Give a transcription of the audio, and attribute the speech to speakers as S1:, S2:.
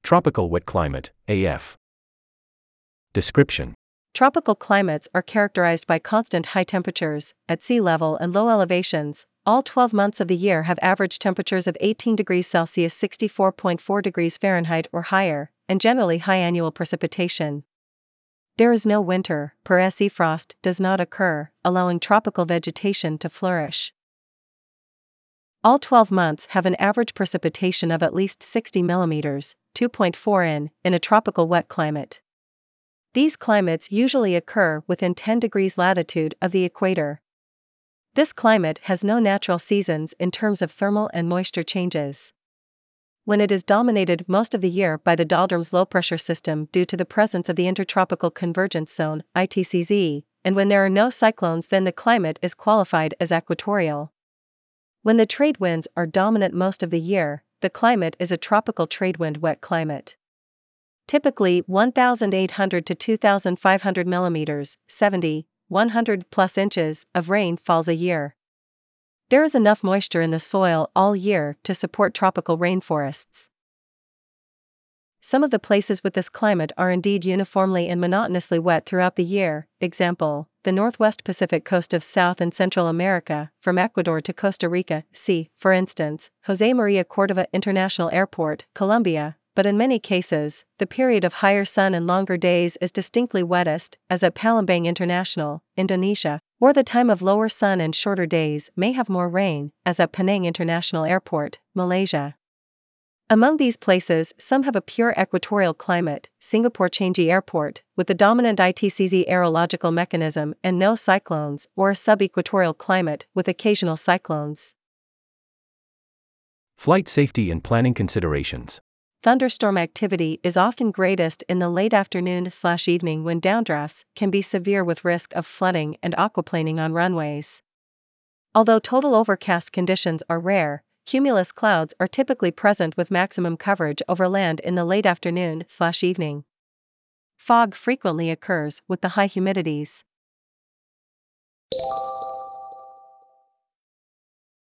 S1: Tropical wet climate, AF. Description:
S2: Tropical climates are characterized by constant high temperatures at sea level and low elevations. All 12 months of the year have average temperatures of 18 degrees Celsius (64.4 degrees Fahrenheit) or higher, and generally high annual precipitation. There is no winter, per se frost does not occur, allowing tropical vegetation to flourish. All 12 months have an average precipitation of at least 60 mm, 2.4 in a tropical wet climate. These climates usually occur within 10 degrees latitude of the equator. This climate has no natural seasons in terms of thermal and moisture changes. When it is dominated most of the year by the doldrums low-pressure system due to the presence of the Intertropical Convergence Zone, ITCZ, and when there are no cyclones, then the climate is qualified as equatorial. When the trade winds are dominant most of the year, the climate is a tropical tradewind wet climate. Typically 1,800 to 2,500 millimeters, 70, 100 plus inches of rain falls a year. There is enough moisture in the soil all year to support tropical rainforests. Some of the places with this climate are indeed uniformly and monotonously wet throughout the year. Example, the northwest Pacific coast of South and Central America, from Ecuador to Costa Rica. See, for instance, José María Córdoba International Airport, Colombia. But in many cases, the period of higher sun and longer days is distinctly wettest, as at Palembang International, Indonesia, or the time of lower sun and shorter days may have more rain, as at Penang International Airport, Malaysia. Among these places, some have a pure equatorial climate, Singapore Changi Airport, with the dominant ITCZ aerological mechanism and no cyclones, or a sub-equatorial climate with occasional cyclones.
S1: Flight safety and planning considerations.
S2: Thunderstorm activity is often greatest in the late afternoon/evening when downdrafts can be severe with risk of flooding and aquaplaning on runways. Although total overcast conditions are rare, cumulus clouds are typically present with maximum coverage over land in the late afternoon/evening. Fog frequently occurs with the high humidities.